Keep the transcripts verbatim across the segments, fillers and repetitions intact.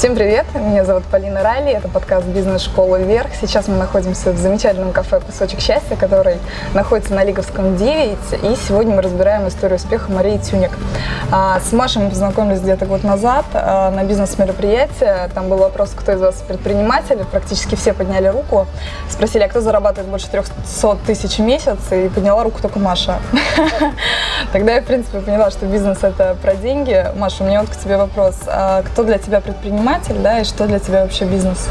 Всем привет! Меня зовут Полина Райли, это подкаст «Бизнес-школа Вверх». Сейчас мы находимся в замечательном кафе «Кусочек счастья», который находится на Лиговском девять. И сегодня мы разбираем историю успеха Марии Тюник. С Машей мы познакомились где-то год назад на бизнес-мероприятии. Там был вопрос, кто из вас предприниматель. Практически все подняли руку. Спросили, а кто зарабатывает больше трёхсот тысяч в месяц? И подняла руку только Маша. Тогда я, в принципе, поняла, что бизнес – это про деньги. Маша, у меня вот к тебе вопрос. Кто для тебя предприниматель? Да, и что для тебя вообще бизнес?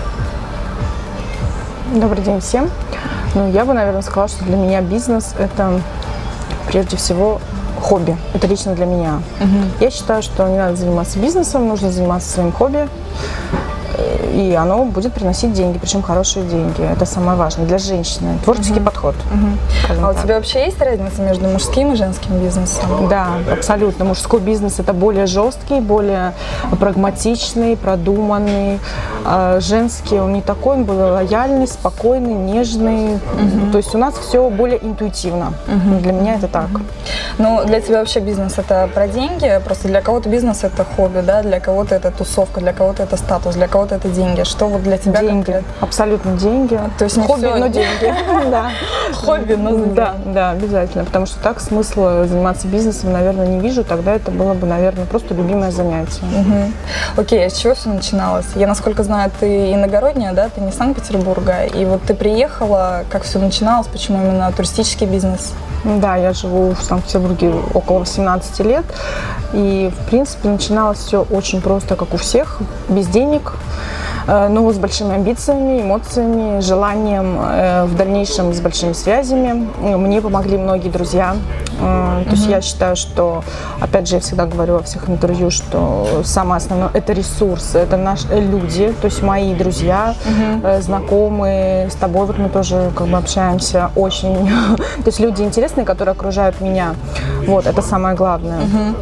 Добрый день всем. Ну, я бы, наверное, сказала, что для меня бизнес – это прежде всего хобби. Это лично для меня. Угу. Я считаю, что не надо заниматься бизнесом, нужно заниматься своим хобби. И оно будет приносить деньги, причем хорошие деньги. Это самое важное для женщины. Творческий uh-huh. подход. Uh-huh. А у тебя вообще есть разница между мужским и женским бизнесом? Да, абсолютно. Мужской бизнес – это более жесткий, более прагматичный, продуманный. А женский, он не такой, он более лояльный, спокойный, нежный. Uh-huh. То есть у нас все более интуитивно. Uh-huh. Для меня это так. Uh-huh. Ну, для тебя вообще бизнес – это про деньги. Просто для кого-то бизнес – это хобби, да? Для кого-то это тусовка, для кого-то это статус, для кого-то это деньги. Что вот для тебя деньги, конкретно? Абсолютно деньги. То есть не хобби, все... но деньги. Да. Хобби, но деньги. Да, да, обязательно. Потому что так смысла заниматься бизнесом, наверное, не вижу. Тогда это было бы, наверное, просто любимое занятие. Угу. Окей, а с чего все начиналось? Я, насколько знаю, ты иногородняя, да? Ты не из Санкт-Петербурга. И вот ты приехала, как все начиналось, почему именно туристический бизнес? Да, я живу в Санкт-Петербурге около восемнадцати лет. И, в принципе, начиналось все очень просто, как у всех, без денег, но с большими амбициями, эмоциями, желанием, в дальнейшем с большими связями. Мне помогли многие друзья. То mm-hmm. есть я считаю, что, опять же, я всегда говорю во всех интервью, что самое основное – это ресурс, это наши люди, то есть мои друзья, mm-hmm. знакомые, с тобой вот мы тоже как бы общаемся очень. То есть люди интересные, которые окружают меня. Вот, это самое главное. Mm-hmm.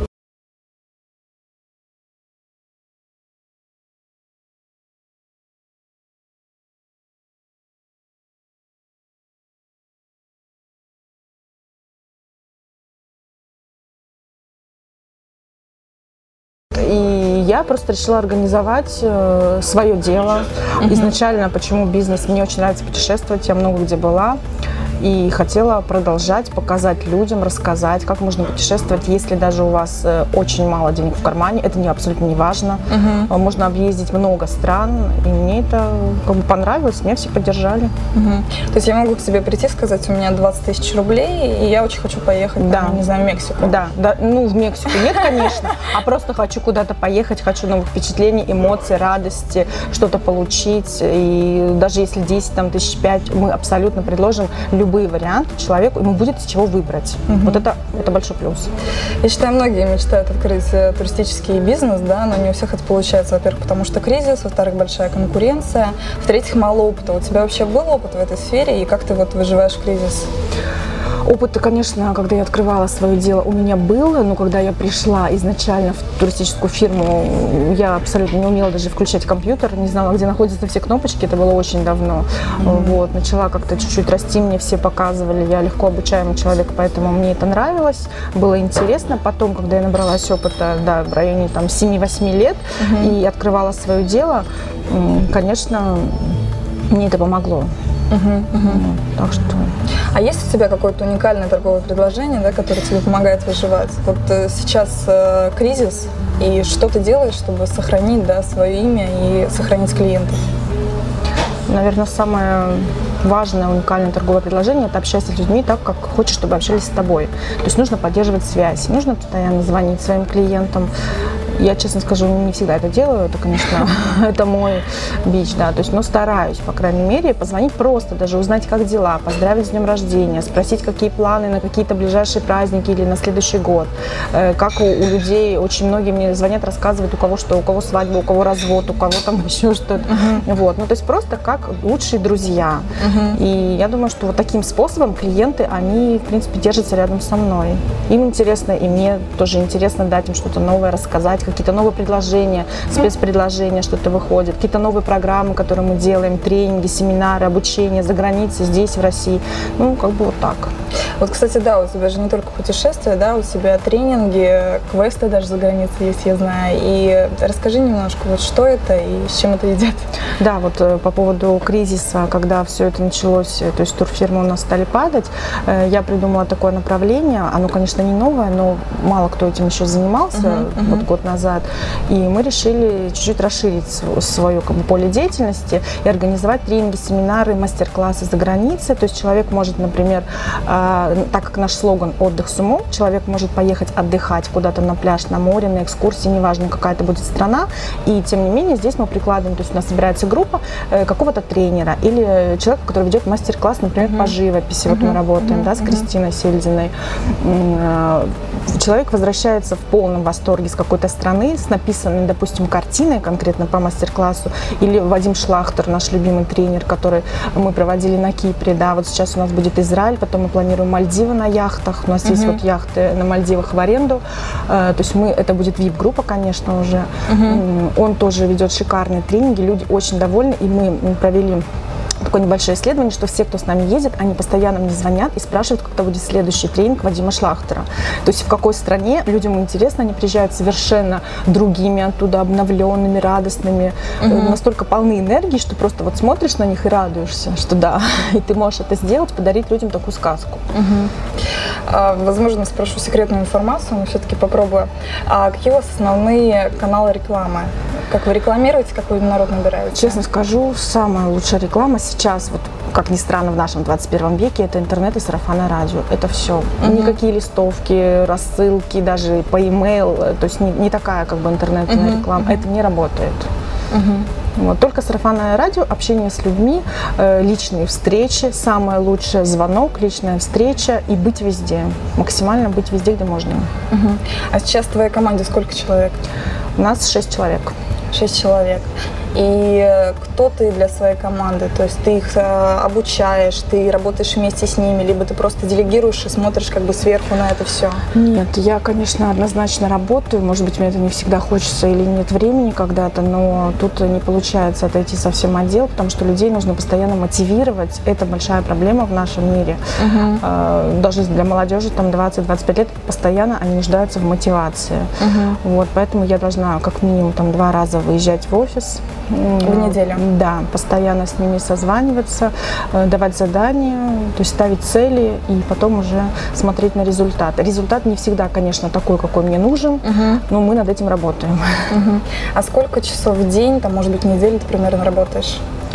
И я просто решила организовать э, свое дело. Uh-huh. Изначально, почему бизнес? Мне очень нравится путешествовать, я много где была. И хотела продолжать, показать людям, рассказать, как можно путешествовать, если даже у вас э, очень мало денег в кармане. Это не, абсолютно не важно. Uh-huh. Можно объездить много стран. И мне это как бы понравилось, меня все поддержали. Uh-huh. То есть я могу к тебе прийти, сказать, у меня двадцать тысяч рублей, и я очень хочу поехать, да. там, не знаю, в Мексику. Да, да, ну в Мексику нет, конечно, а просто хочу куда-то поехать, хочу новых впечатлений, эмоций, радости, что-то получить. И даже если десять там, тысяч пять, мы абсолютно предложим любые варианты человеку, ему будет с чего выбрать. Угу. Вот это, это большой плюс. Я считаю, многие мечтают открыть туристический бизнес, да, но не у всех это получается. Во-первых, потому что кризис, во-вторых, большая конкуренция, в-третьих, мало опыта. У тебя вообще был опыт в этой сфере, и как ты вот выживаешь в кризис? Опыт, конечно, когда я открывала свое дело, у меня был, но когда я пришла изначально в туристическую фирму, я абсолютно не умела даже включать компьютер, не знала, где находятся все кнопочки, это было очень давно. Mm-hmm. Вот, начала как-то чуть-чуть расти, мне все показывали, я легко обучаемый человек, поэтому мне это нравилось, было интересно. Потом, когда я набралась опыта, да, в районе там семи-восьми лет, mm-hmm. и открывала свое дело, конечно, мне это помогло. Uh-huh, uh-huh. Так что... А есть у тебя какое-то уникальное торговое предложение, да, которое тебе помогает выживать? Вот э, сейчас э, кризис, и что ты делаешь, чтобы сохранить, да, свое имя и сохранить клиентов? Наверное, самое важное, уникальное торговое предложение – это общаться с людьми так, как хочешь, чтобы общались с тобой. То есть нужно поддерживать связь, нужно постоянно звонить своим клиентам. Я, честно скажу, не всегда это делаю, это, конечно, это мой бич, да, то есть, но стараюсь, по крайней мере, позвонить просто, даже узнать, как дела, поздравить с днем рождения, спросить, какие планы на какие-то ближайшие праздники или на следующий год. Как у, у людей, очень многие мне звонят, рассказывают, у кого что, у кого свадьба, у кого развод, у кого там еще что-то. Uh-huh. Вот, ну, то есть просто как лучшие друзья. Uh-huh. И я думаю, что вот таким способом клиенты, они, в принципе, держатся рядом со мной. Им интересно, и мне тоже интересно дать им что-то новое, рассказать, какие-то новые предложения, спецпредложения, что-то выходит, какие-то новые программы, которые мы делаем, тренинги, семинары, обучение за границей, здесь, в России. Ну, как бы вот так. Вот, кстати, да, у тебя же не только путешествия, да, у тебя тренинги, квесты даже за границей есть, я знаю. И расскажи немножко, вот что это и с чем это едят? Да, вот по поводу кризиса, когда все это началось, то есть турфирмы у нас стали падать, я придумала такое направление. Оно, конечно, не новое, но мало кто этим еще занимался uh-huh, uh-huh. вот год назад. И мы решили чуть-чуть расширить свое как бы, поле деятельности и организовать тренинги, семинары, мастер-классы за границей. То есть человек может, например, так как наш слоган «Отдых с умом», человек может поехать отдыхать куда-то на пляж, на море, на экскурсии, неважно, какая это будет страна. И тем не менее здесь мы прикладываем, то есть у нас собирается группа какого-то тренера или человека, который ведет мастер-класс, например, uh-huh. по живописи. Uh-huh. Вот мы работаем uh-huh. да, с Кристиной Сельдиной. Человек возвращается в полном восторге с какой-то страны, с написанной, допустим, картиной конкретно по мастер-классу. Или Вадим Шлахтер, наш любимый тренер, который мы проводили на Кипре. Да, вот сейчас у нас будет Израиль, потом мы планируем Мальдивы на яхтах. У нас uh-huh. есть вот яхты на Мальдивах в аренду. То есть мы, это будет ви ай пи-группа, конечно, уже. Uh-huh. Он тоже ведет шикарные тренинги, люди очень довольны, и мы провели такое небольшое исследование, что все, кто с нами ездит, они постоянно мне звонят и спрашивают, когда будет следующий тренинг Вадима Шлахтера. То есть в какой стране людям интересно, они приезжают совершенно другими оттуда, обновленными, радостными, угу. настолько полны энергии, что просто вот смотришь на них и радуешься, что да, и ты можешь это сделать, подарить людям такую сказку. Угу. А, возможно, спрошу секретную информацию, но все-таки попробую. А какие у вас основные каналы рекламы? Как вы рекламируете, как вы народ набираете? Честно скажу, самая лучшая реклама сейчас, вот как ни странно, в нашем двадцать первом веке, это интернет и сарафанное радио. Это все. Uh-huh. Никакие листовки, рассылки, даже по e-mail. То есть не, не такая как бы интернетная uh-huh. реклама. Uh-huh. Это не работает. Uh-huh. Вот. Только сарафанное радио, общение с людьми, э, личные встречи, самое лучшее звонок, личная встреча и быть везде. Максимально быть везде, где можно. Uh-huh. А сейчас в твоей команде сколько человек? У нас шесть человек. Шесть человек. И кто ты для своей команды? То есть ты их обучаешь, ты работаешь вместе с ними, либо ты просто делегируешь и смотришь как бы сверху на это все? Нет, я, конечно, однозначно работаю. Может быть, мне это не всегда хочется или нет времени когда-то, но тут не получается отойти совсем от дел, потому что людей нужно постоянно мотивировать. Это большая проблема в нашем мире. Угу. Даже для молодежи там двадцать-двадцать пять лет постоянно они нуждаются в мотивации. Угу. Вот, поэтому я должна как минимум там два раза выезжать в офис. В неделю? Да, постоянно с ними созваниваться, давать задания, то есть ставить цели и потом уже смотреть на результат. Результат не всегда, конечно, такой, какой мне нужен, угу. но мы над этим работаем. Угу. А сколько часов в день, там, может быть, в неделю ты примерно работаешь?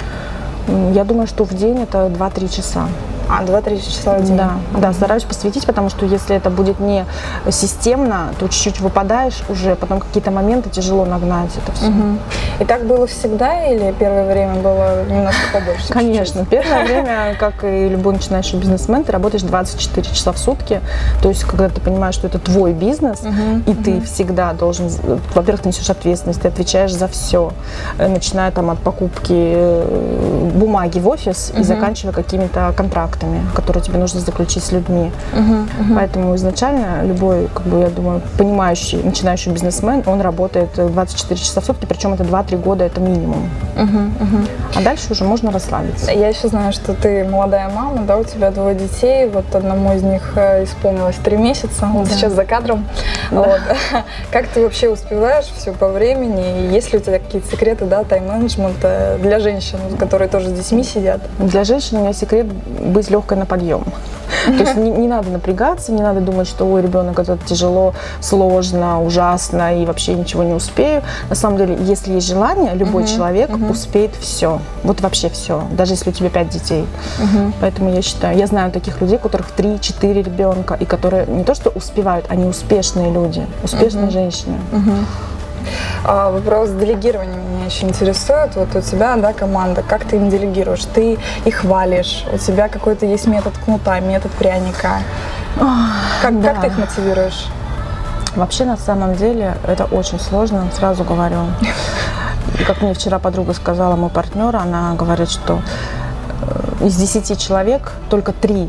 Я думаю, что в день это два-три часа. А, два-три часа в день? Да, да, стараюсь посвятить, потому что если это будет не системно, то чуть-чуть выпадаешь уже, потом какие-то моменты тяжело нагнать это все. Угу. И так было всегда или первое время было немножко побольше? Конечно, чуть-чуть? Первое время, как и любой начинающий бизнесмен, ты работаешь двадцать четыре часа в сутки, то есть когда ты понимаешь, что это твой бизнес, угу, и угу. ты всегда должен, во-первых, ты несешь ответственность, ты отвечаешь за все, начиная там от покупки бумаги в офис угу. и заканчивая какими-то контрактами, которые тебе нужно заключить с людьми. Uh-huh, uh-huh. Поэтому изначально любой, как бы, я думаю, понимающий, начинающий бизнесмен, он работает двадцать четыре часа в сутки, причем это два-три года, это минимум. Uh-huh, uh-huh. А дальше уже можно расслабиться. Я еще знаю, что ты молодая мама, да, у тебя двое детей, вот одному из них исполнилось три месяца, он да. сейчас за кадром. Да. Вот. Как ты вообще успеваешь все по времени? И есть ли у тебя какие-то секреты, да, тайм-менеджмента для женщин, которые тоже с детьми сидят? Для женщин у меня секрет быть легкой на подъем. То есть не, не надо напрягаться, не надо думать, что ой, ребенок, это тяжело, сложно, ужасно и вообще ничего не успею. На самом деле, если есть желание, любой uh-huh, человек uh-huh. успеет все. Вот вообще все. Даже если у тебя пять детей. Uh-huh. Поэтому я считаю, я знаю таких людей, у которых три-четыре ребенка, и которые не то что успевают, они успешные люди, успешные uh-huh. женщины. Uh-huh. А, вопрос делегирования меня еще интересует. Вот у тебя, да, команда, как ты им делегируешь? Ты их хвалишь, у тебя какой-то есть метод кнута, метод пряника. Как, да. как ты их мотивируешь? Вообще, на самом деле, это очень сложно, сразу говорю. И как мне вчера подруга сказала, мой партнер, она говорит, что из десяти человек только три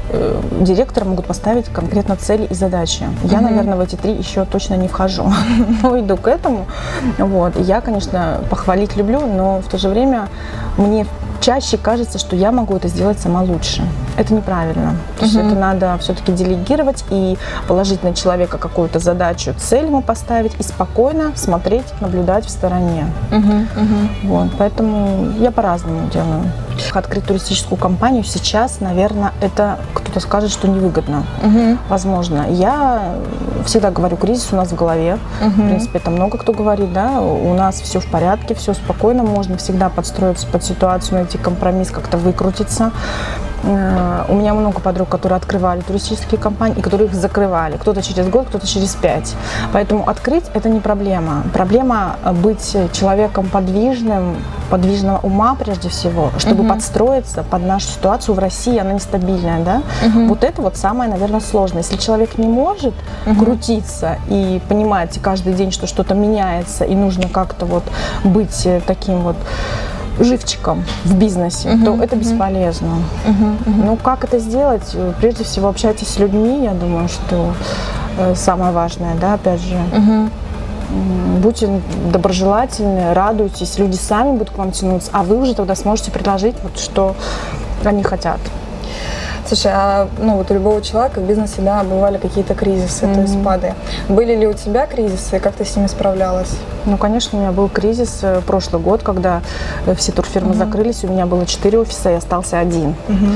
э, директора могут поставить конкретно цели и задачи. Я, mm-hmm. наверное, в эти три еще точно не вхожу, но иду к этому. Вот. Я, конечно, похвалить люблю, но в то же время мне чаще кажется, что я могу это сделать сама лучше. Это неправильно. То есть uh-huh. это надо все-таки делегировать и положить на человека какую-то задачу, цель ему поставить и спокойно смотреть, наблюдать в стороне. Uh-huh. Uh-huh. Вот. Поэтому я по-разному делаю. Открыть туристическую компанию сейчас, наверное, это кто-то скажет, что невыгодно. Uh-huh. Возможно. Я всегда говорю, кризис у нас в голове. Uh-huh. В принципе, это много кто говорит, да, у нас все в порядке, все спокойно, можно всегда подстроиться под ситуацию, найти компромисс, как-то выкрутиться. У меня много подруг, которые открывали туристические компании и которые их закрывали. Кто-то через год, кто-то через пять. Поэтому открыть – это не проблема. Проблема быть человеком подвижным, подвижного ума прежде всего, чтобы uh-huh. подстроиться под нашу ситуацию. В России она нестабильная, да? Uh-huh. Вот это вот самое, наверное, сложное. Если человек не может uh-huh. крутиться и понимать каждый день, что что-то меняется, и нужно как-то вот быть таким вот живчиком в бизнесе, uh-huh, то это uh-huh. бесполезно. Uh-huh, uh-huh. Ну, как это сделать? Прежде всего, общайтесь с людьми, я думаю, что э, самое важное, да, опять же. Uh-huh. Будьте доброжелательны, радуйтесь, люди сами будут к вам тянуться, а вы уже тогда сможете предложить, вот, что они хотят. Слушай, а ну, вот у любого человека в бизнесе, да, бывали какие-то кризисы, mm-hmm. то есть спады. Были ли у тебя кризисы, и как ты с ними справлялась? Ну, конечно, у меня был кризис прошлый год, когда все турфирмы mm-hmm. закрылись, у меня было четыре офиса, и остался один.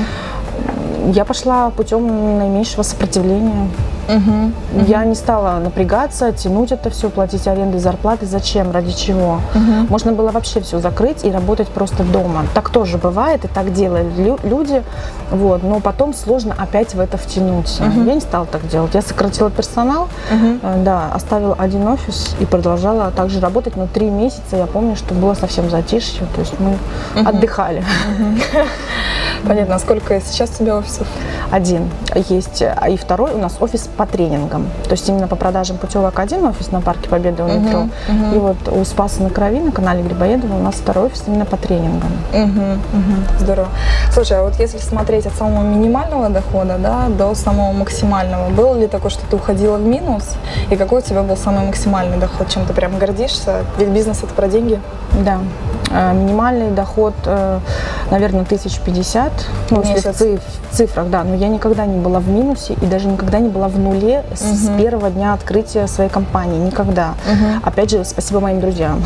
Mm-hmm. Я пошла путем наименьшего сопротивления. Uh-huh, uh-huh. Я не стала напрягаться, тянуть это все, платить аренды, зарплаты. Зачем? Ради чего? Uh-huh. Можно было вообще все закрыть и работать просто дома. Так тоже бывает, и так делали люди. Вот. Но потом сложно опять в это втянуться. Uh-huh. Я не стала так делать. Я сократила персонал, uh-huh. да, оставила один офис и продолжала также работать. Но три месяца я помню, что было совсем затишье. То есть мы uh-huh. отдыхали. Uh-huh. Понятно. А сколько сейчас у тебя офисов? Один есть. И второй у нас офис по тренингам. То есть именно по продажам путевок один офис на Парке Победы у метро. Uh-huh, uh-huh. И вот у Спаса на Крови на канале Грибоедова у нас второй офис именно по тренингам. Uh-huh, uh-huh. Здорово. Слушай, а вот если смотреть от самого минимального дохода, да, до самого максимального, было ли такое, что ты уходила в минус? И какой у тебя был самый максимальный доход? Чем ты прям гордишься? Ведь бизнес – это про деньги. Да. Минимальный доход, наверное, тысяч пятьдесят. Ну, если в, циф, в цифрах, да. Но я никогда не была в минусе и даже никогда не была в нуле с, uh-huh. с первого дня открытия своей компании. Никогда. Uh-huh. Опять же, спасибо моим друзьям.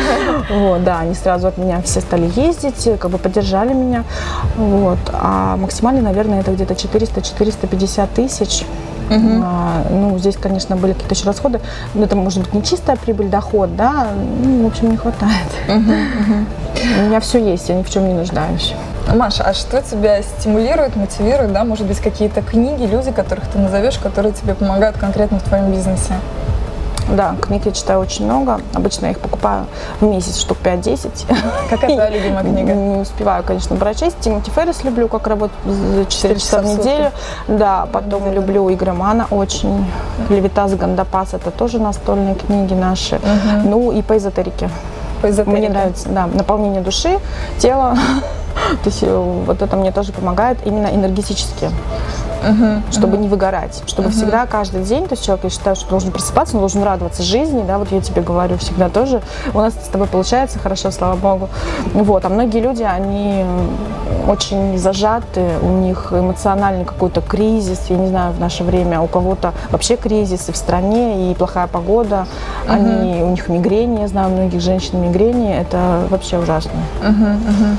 Вот, да, они сразу от меня все стали ездить, как бы поддержали меня. Вот. А максимально, наверное, это где-то четыреста — четыреста пятьдесят тысяч. Uh-huh. А, ну, здесь, конечно, были какие-то еще расходы. Но это может быть не чистая прибыль, доход, да. Ну, в общем, не хватает. Uh-huh. Uh-huh. У меня все есть, я ни в чем не нуждаюсь. Маша, а что тебя стимулирует, мотивирует, да? Может быть, какие-то книги, люди, которых ты назовешь, которые тебе помогают конкретно в твоем бизнесе? Да, книг я читаю очень много. Обычно я их покупаю в месяц, штук пять-десять. Какая твоя любимая книга? Не успеваю, конечно, прочесть. Тимоти Феррис люблю, как работать за четыре часа в неделю. Да, потом люблю Игоря Мана очень. Левитас Гандапас, это тоже настольные книги наши. Угу. Ну и по эзотерике. По эзотерике. Мне нравится, да, наполнение души, тела. То есть вот это мне тоже помогает именно энергетически. Uh-huh, чтобы uh-huh. не выгорать, чтобы uh-huh. всегда, каждый день, то есть человек, я считаю, что должен просыпаться, он должен радоваться жизни, да, вот я тебе говорю всегда тоже, у нас с тобой получается хорошо, слава богу, вот, а многие люди, они очень зажаты, у них эмоциональный какой-то кризис, я не знаю, в наше время у кого-то вообще кризис и в стране, и плохая погода, uh-huh. они, у них мигрени, я знаю, у многих женщин мигрени, это вообще ужасно. Uh-huh, uh-huh.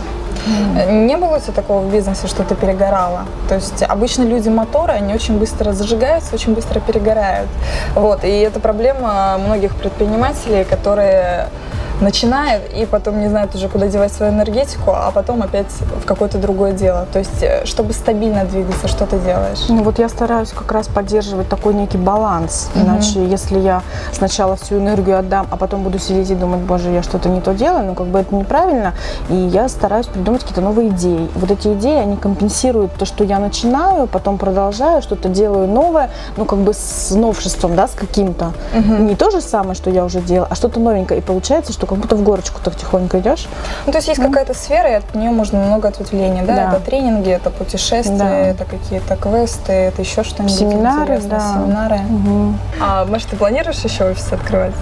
Не было у тебя такого в бизнесе, что ты перегорала? То есть обычно люди моторы, они очень быстро зажигаются, очень быстро перегорают. Вот. И это проблема многих предпринимателей, которые начинают и потом не знают уже, куда девать свою энергетику, а потом опять в какое-то другое дело. То есть, чтобы стабильно двигаться, что ты делаешь? Ну вот я стараюсь как раз поддерживать такой некий баланс. Uh-huh. Иначе, если я сначала всю энергию отдам, а потом буду сидеть и думать, боже, я что-то не то делаю, ну как бы это неправильно. И я стараюсь придумать какие-то новые идеи. Вот эти идеи, они компенсируют то, что я начинаю, потом продолжаю, что-то делаю новое, ну как бы с новшеством, да, с каким-то. Uh-huh. Не то же самое, что я уже делала, а что-то новенькое. И получается, что что как будто в горочку-то тихонько идешь. Ну, то есть есть ну. какая-то сфера, и от нее можно много ответвлений, да? да? Это тренинги, это путешествия, да. это какие-то квесты, это еще что-нибудь семинары, интересное, да. семинары. Угу. А, может, ты планируешь еще офис открывать?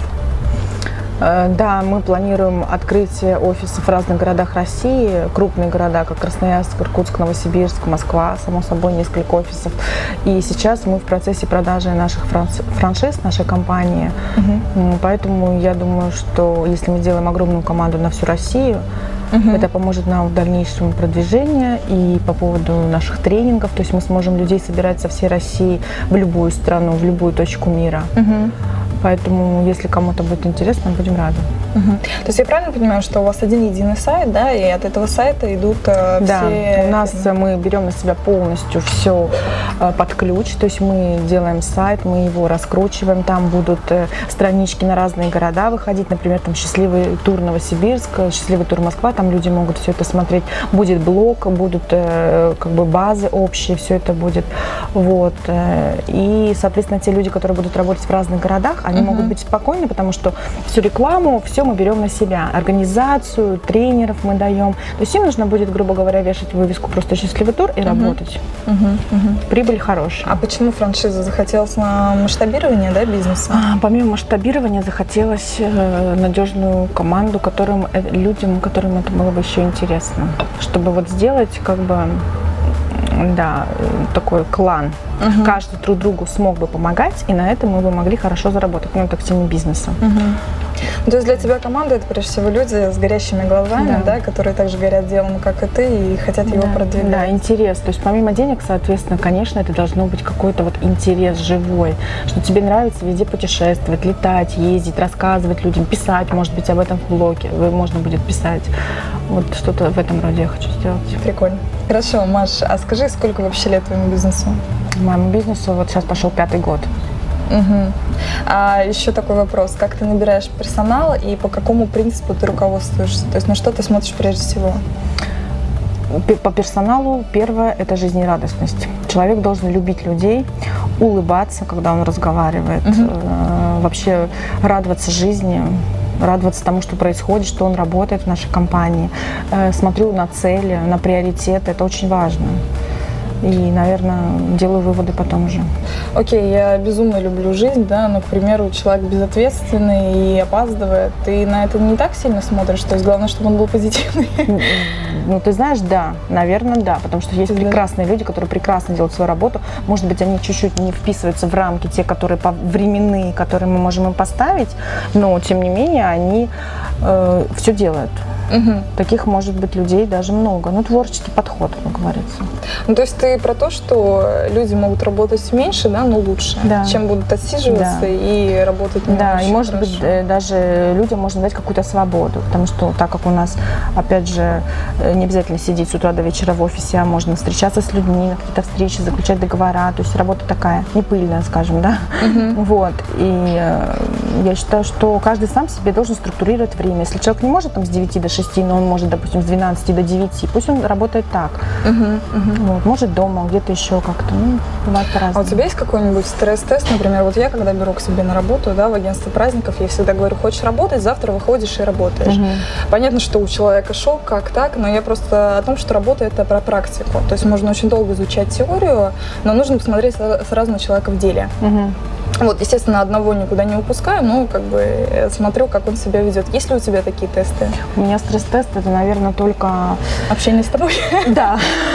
Да, мы планируем открытие офисов в разных городах России, крупные города, как Красноярск, Иркутск, Новосибирск, Москва, само собой, несколько офисов. И сейчас мы в процессе продажи наших франшиз, нашей компании. Угу. Поэтому я думаю, что если мы сделаем огромную команду на всю Россию, Uh-huh. это поможет нам в дальнейшем продвижении и по поводу наших тренингов. То есть мы сможем людей собирать со всей России в любую страну, в любую точку мира. Uh-huh. Поэтому, если кому-то будет интересно, будем рады. Угу. То есть я правильно понимаю, что у вас один единый сайт, да, и от этого сайта идут э, да, все... Да, у нас мы берем на себя полностью все э, под ключ, то есть мы делаем сайт, мы его раскручиваем, там будут э, странички на разные города выходить, например, там «Счастливый тур Новосибирск», «Счастливый тур Москва», там люди могут все это смотреть, будет блог, будут э, как бы базы общие, все это будет, вот, э, и, соответственно, те люди, которые будут работать в разных городах, они uh-huh. могут быть спокойны, потому что всю рекламу, все мы берем на себя. Организацию, тренеров мы даем. То есть им нужно будет, грубо говоря, вешать вывеску просто «Счастливый тур» и uh-huh. работать. Uh-huh. Uh-huh. Прибыль хорошая. А почему франшиза? Захотелось на масштабирование, да, бизнеса? А, помимо масштабирования захотелось э, надежную команду, которым, э, людям, которым это было бы еще интересно. Чтобы вот сделать как бы, да, такой клан. Uh-huh. Каждый друг другу смог бы помогать, и на этом мы бы могли хорошо заработать. Ну, это к теме бизнеса. Uh-huh. То есть для тебя команда — это прежде всего люди с горящими глазами, да. Да, которые также горят делом, как и ты, и хотят да. его продвигать. Да, интерес. То есть помимо денег, соответственно, конечно, это должно быть какой-то вот интерес живой, что тебе нравится везде путешествовать, летать, ездить, рассказывать людям, писать, может быть, об этом в блоге, можно будет писать. Вот что-то в этом роде я хочу сделать. Прикольно. Хорошо, Маш, а скажи, сколько вообще лет твоему бизнесу? Моему бизнесу вот сейчас пошел пятый год. Угу. А еще такой вопрос. Как ты набираешь персонал и по какому принципу ты руководствуешься? То есть на что ты смотришь прежде всего? По персоналу первое – это жизнерадостность. Человек должен любить людей, улыбаться, когда он разговаривает, угу. э, вообще радоваться жизни, радоваться тому, что происходит, что он работает в нашей компании. Э, смотрю на цели, на приоритеты, это очень важно. И, наверное, делаю выводы потом уже. Окей, okay, я безумно люблю жизнь, да, но, к примеру, человек безответственный и опаздывает, ты на это не так сильно смотришь, то есть главное, чтобы он был позитивный? Ну, ты знаешь, да, наверное, да, потому что есть прекрасные люди, которые прекрасно делают свою работу, может быть, они чуть-чуть не вписываются в рамки, те, которые временные, которые мы можем им поставить, но, тем не менее, они э, все делают. Угу. Таких, может быть, людей даже много. Ну, творческий подход, как говорится. Ну, то есть ты про то, что люди могут работать меньше, да, но лучше, да. чем будут отсиживаться да. и работать не Да, очень и, может хорошо. быть, даже людям можно дать какую-то свободу, потому что, так как у нас, опять же, не обязательно сидеть с утра до вечера в офисе, а можно встречаться с людьми, на какие-то встречи, заключать договора, то есть работа такая, не пыльная, скажем, да. Угу. Вот, и э, я считаю, что каждый сам себе должен структурировать время. Если человек не может там с девяти до шести, но он может, допустим, с двенадцати до девяти, пусть он работает так. Угу, угу. Вот, может дома, где-то еще как-то, ну, бывает по-разному. А у тебя есть какой-нибудь стресс-тест, например, вот я, когда беру к себе на работу, да, в агентство праздников, я всегда говорю, хочешь работать, завтра выходишь и работаешь. Угу. Понятно, что у человека шок, как так, но я просто о том, что работа — это про практику. То есть можно очень долго изучать теорию, но нужно посмотреть сразу на человека в деле. Угу. Вот, естественно, одного никуда не упускаю, но как бы смотрю, как он себя ведет. Есть ли у тебя такие тесты? У меня стресс-тест — это, наверное, только общение с тобой. Да.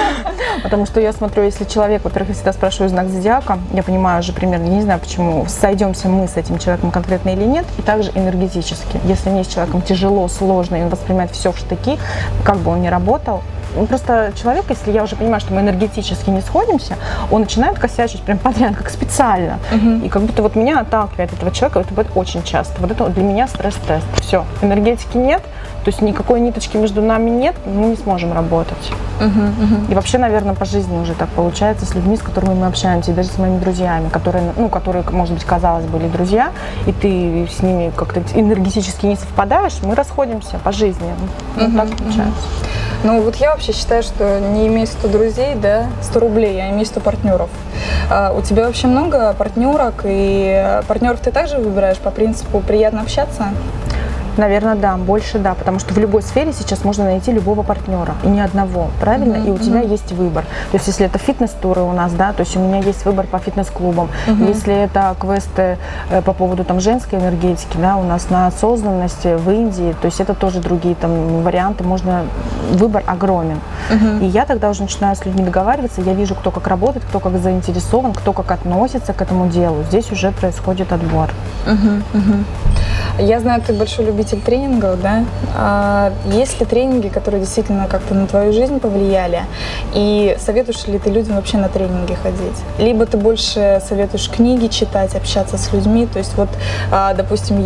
Потому что я смотрю, если человек, во-первых, я всегда спрашиваю знак зодиака, я понимаю уже примерно, не знаю, почему, сойдемся мы с этим человеком конкретно или нет, и также энергетически. Если мне с человеком тяжело, сложно, и он воспринимает все в штыки, как бы он ни работал, ну, просто человек, если я уже понимаю, что мы энергетически не сходимся, он начинает косячить прям подряд, как специально. Uh-huh. И как будто вот меня отталкивает этого человека, это будет очень часто. Вот это для меня стресс-тест. Все, энергетики нет, то есть никакой ниточки между нами нет, мы не сможем работать. Uh-huh, uh-huh. И вообще, наверное, по жизни уже так получается с людьми, с которыми мы общаемся, и даже с моими друзьями, которые, ну, которые, может быть, казалось, были друзья, и ты с ними как-то энергетически не совпадаешь, мы расходимся по жизни. Uh-huh, вот так получается. Uh-huh. Ну, вот я вообще считаю, что не имея сто друзей, да, сто рублей, а имея сто партнеров. А у тебя вообще много партнерок, и партнеров ты также выбираешь по принципу приятно общаться? Наверное, да, больше да, потому что в любой сфере сейчас можно найти любого партнера, и не одного, правильно? Mm-hmm. И у тебя mm-hmm. есть выбор. То есть, если это фитнес-туры у нас, да, то есть у меня есть выбор по фитнес-клубам. Mm-hmm. Если это квесты э, по поводу там женской энергетики, да, у нас на осознанности в Индии, то есть это тоже другие там варианты, можно, выбор огромен. Mm-hmm. И я тогда уже начинаю с людьми договариваться, я вижу, кто как работает, кто как заинтересован, кто как относится к этому делу. Здесь уже происходит отбор. Mm-hmm. Mm-hmm. Я знаю, ты большой любитель тренингов, да? А есть ли тренинги, которые действительно как-то на твою жизнь повлияли? И советуешь ли ты людям вообще на тренинги ходить? Либо ты больше советуешь книги читать, общаться с людьми? То есть вот, допустим,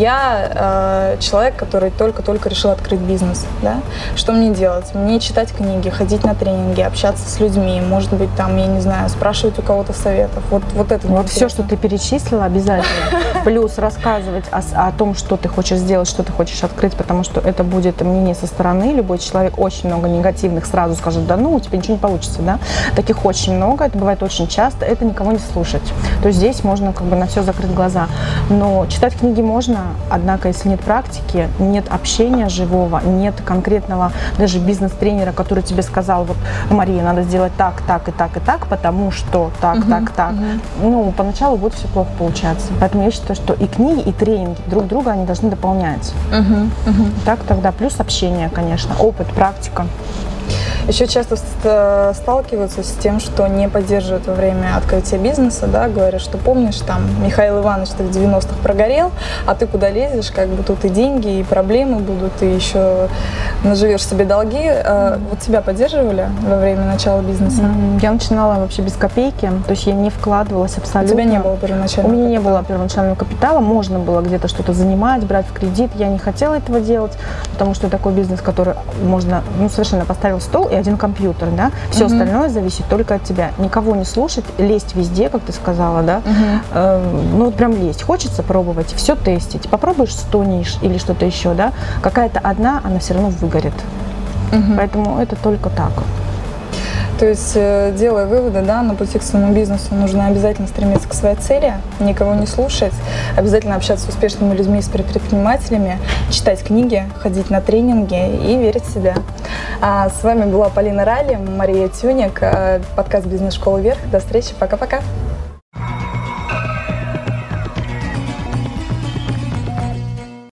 я человек, который только-только решил открыть бизнес, да? Что мне делать? Мне читать книги, ходить на тренинги, общаться с людьми, может быть, там, я не знаю, спрашивать у кого-то советов. Вот, вот это. Вот все, что ты перечислила, обязательно. Плюс рассказывать о, о том, что ты хочешь сделать, что ты хочешь открыть, потому что это будет мнение со стороны. Любой человек, очень много негативных, сразу скажет: да ну, у тебя ничего не получится, да. Таких очень много, это бывает очень часто, это никого не слушать. То есть здесь можно как бы на все закрыть глаза. Но читать книги можно, однако, если нет практики, нет общения живого, нет конкретного даже бизнес-тренера, который тебе сказал: вот, Мария, надо сделать так, так и так и так, потому что так, uh-huh, так, так. Uh-huh. Ну, поначалу будет все плохо получаться. Поэтому я считаю, что и книги, и тренинги друг друга, они должны дополнять. Uh-huh, uh-huh. Так тогда плюс общение, конечно, опыт, практика. Еще часто сталкиваются с тем, что не поддерживают во время открытия бизнеса, да, говорят, что помнишь, там, Михаил Иванович, ты в девяностых прогорел, а ты куда лезешь, как бы тут и деньги, и проблемы будут, и еще наживешь себе долги. Mm-hmm. Вот тебя поддерживали во время начала бизнеса? Mm-hmm. Я начинала вообще без копейки, то есть я не вкладывалась абсолютно. У тебя не было первоначального У меня капитала? не было первоначального капитала, можно было где-то что-то занимать, брать в кредит. Я не хотела этого делать, потому что такой бизнес, который можно, ну, совершенно поставил стол и один компьютер, да, все uh-huh. остальное зависит только от тебя. Никого не слушать, лезть везде, как ты сказала, да, uh-huh. э, ну вот прям лезть, хочется пробовать, все тестить, попробуешь сто ниш или что-то еще, да, какая-то одна, она все равно выгорит, uh-huh. поэтому это только так. То есть, делая выводы, да, на пути к своему бизнесу, нужно обязательно стремиться к своей цели, никого не слушать, обязательно общаться с успешными людьми, с предпринимателями, читать книги, ходить на тренинги и верить в себя. А с вами была Полина Ралли, Мария Тюник, подкаст «Бизнес-школа Вверх». До встречи, пока-пока!